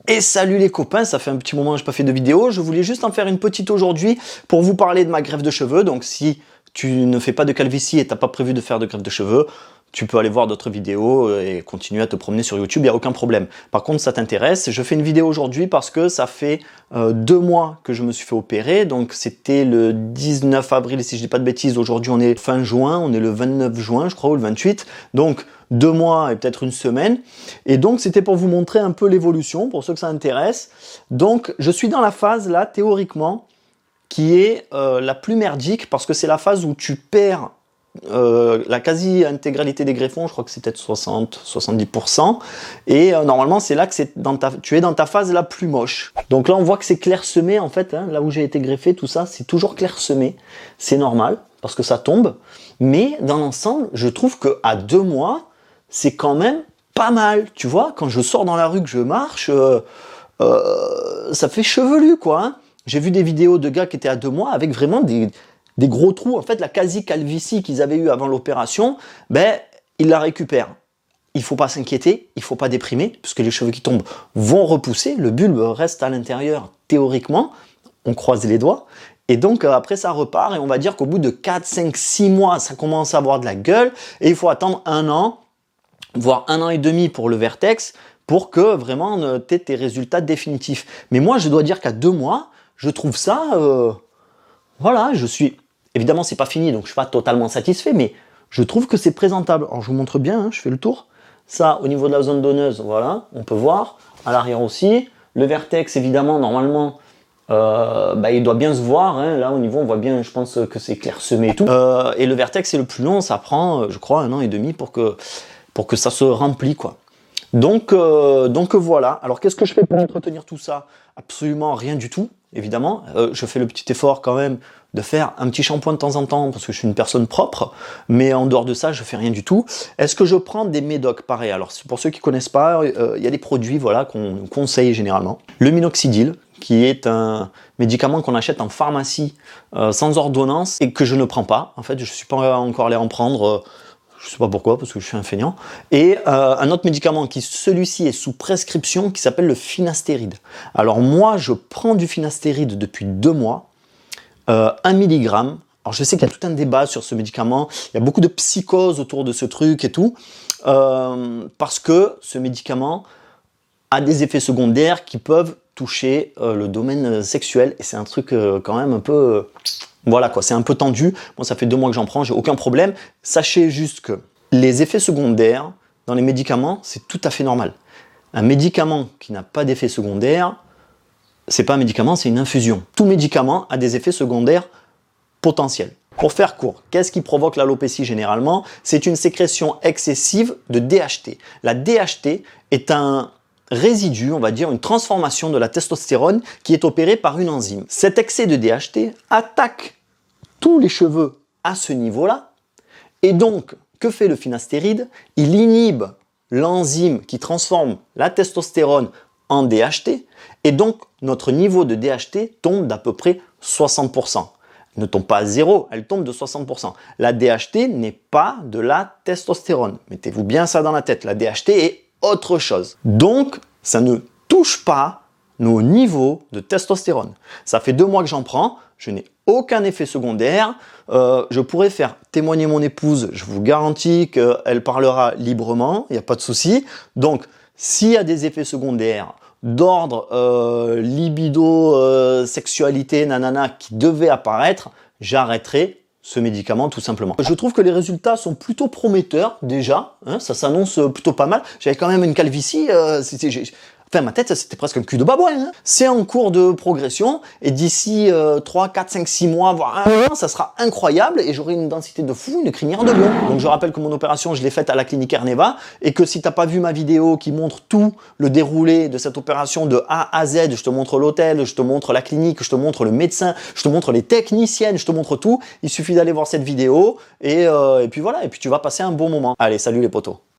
Et salut les copains, ça fait un petit moment que je n'ai pas fait de vidéo, je voulais juste en faire une petite aujourd'hui pour vous parler de ma greffe de cheveux. Donc si tu ne fais pas de calvitie et tu n'as pas prévu de faire de greffe de cheveux, tu peux aller voir d'autres vidéos et continuer à te promener sur YouTube, il n'y a aucun problème. Par contre, ça t'intéresse, je fais une vidéo aujourd'hui parce que ça fait 2 mois que je me suis fait opérer. Donc c'était le 19 avril, si je ne dis pas de bêtises. Aujourd'hui, on est fin juin, on est le 29 juin, je crois, ou le 28. Donc 2 mois et peut-être une semaine. Et donc c'était pour vous montrer un peu l'évolution, pour ceux que ça intéresse. Donc je suis dans la phase là, théoriquement, qui est la plus merdique parce que c'est la phase où tu perds la quasi-intégralité des greffons, je crois que c'est peut-être 60-70%, et normalement c'est là que tu es dans ta phase la plus moche. Donc là on voit que c'est clairsemé en fait, hein, là où j'ai été greffé, tout ça c'est toujours clairsemé, c'est normal parce que ça tombe, mais dans l'ensemble je trouve qu'à 2 mois c'est quand même pas mal, tu vois, quand je sors dans la rue, que je marche, ça fait chevelu quoi, hein. J'ai vu des vidéos de gars qui étaient à 2 mois avec vraiment des gros trous. En fait, la quasi-calvitie qu'ils avaient eu avant l'opération, ben, ils la récupèrent. Il ne faut pas s'inquiéter, il ne faut pas déprimer, puisque les cheveux qui tombent vont repousser, le bulbe reste à l'intérieur théoriquement, on croise les doigts, et donc après ça repart, et on va dire qu'au bout de 4, 5, 6 mois, ça commence à avoir de la gueule, et il faut attendre 1 an, voire 1 an et demi pour le vertex, pour que vraiment tu aies tes résultats définitifs. Mais moi, je dois dire qu'à 2 mois, je trouve ça... voilà, je suis... Évidemment, c'est pas fini, donc je suis pas totalement satisfait, mais je trouve que c'est présentable. Alors, je vous montre bien, hein, je fais le tour. Ça, au niveau de la zone donneuse, voilà, on peut voir. À l'arrière aussi. Le vertex, évidemment, normalement, il doit bien se voir. Hein. Là, au niveau, on voit bien, je pense que c'est clairsemé et tout. Et le vertex, c'est le plus long. Ça prend, je crois, 1 an et demi pour que ça se remplit, quoi. Donc voilà. Alors, qu'est-ce que je fais pour entretenir tout ça? Absolument rien du tout, évidemment. Je fais le petit effort quand même de faire un petit shampoing de temps en temps parce que je suis une personne propre, mais en dehors de ça, je fais rien du tout. Est-ce que je prends des médocs? Pareil, alors pour ceux qui connaissent pas, il y a des produits voilà, qu'on conseille généralement. Le minoxidil, qui est un médicament qu'on achète en pharmacie sans ordonnance et que je ne prends pas. En fait, je ne suis pas encore allé en prendre... je ne sais pas pourquoi, parce que je suis un feignant. Et un autre médicament qui, celui-ci, est sous prescription, qui s'appelle le finastéride. Alors moi, je prends du finastéride depuis 2 mois, 1 mg. Alors je sais qu'il y a tout un débat sur ce médicament, il y a beaucoup de psychose autour de ce truc et tout, parce que ce médicament a des effets secondaires qui peuvent toucher le domaine sexuel, et c'est un truc quand même un peu... voilà quoi, c'est un peu tendu. Moi, ça fait 2 mois que j'en prends, j'ai aucun problème. Sachez juste que les effets secondaires dans les médicaments, c'est tout à fait normal. Un médicament qui n'a pas d'effets secondaires, c'est pas un médicament, c'est une infusion. Tout médicament a des effets secondaires potentiels. Pour faire court, qu'est-ce qui provoque l'alopécie généralement? C'est une sécrétion excessive de DHT. La DHT est un résidu, on va dire, une transformation de la testostérone qui est opérée par une enzyme. Cet excès de DHT attaque tous les cheveux à ce niveau-là, et donc, que fait le finastéride? Il inhibe l'enzyme qui transforme la testostérone en DHT, et donc notre niveau de DHT tombe d'à peu près 60%. Elle ne tombe pas à 0, elle tombe de 60%. La DHT n'est pas de la testostérone. Mettez-vous bien ça dans la tête, la DHT est autre chose. Donc, ça ne touche pas nos niveaux de testostérone. Ça fait 2 mois que j'en prends, je n'ai aucun effet secondaire. Je pourrais faire témoigner mon épouse, je vous garantis qu'elle parlera librement, il n'y a pas de souci. Donc, s'il y a des effets secondaires d'ordre libido, sexualité, nanana, qui devaient apparaître, j'arrêterai ce médicament tout simplement. Je trouve que les résultats sont plutôt prometteurs déjà, hein, ça s'annonce plutôt pas mal. J'avais quand même une calvitie, enfin ma tête c'était presque un cul de babouin. Hein. C'est en cours de progression et d'ici 3, 4, 5, 6 mois, voire 1 an, ça sera incroyable et j'aurai une densité de fou, une crinière de lion. Donc je rappelle que mon opération je l'ai faite à la clinique Erneva et que si t'as pas vu ma vidéo qui montre tout le déroulé de cette opération de A à Z, je te montre l'hôtel, je te montre la clinique, je te montre le médecin, je te montre les techniciennes, je te montre tout, il suffit d'aller voir cette vidéo et puis voilà, et puis tu vas passer un bon moment. Allez, salut les potos.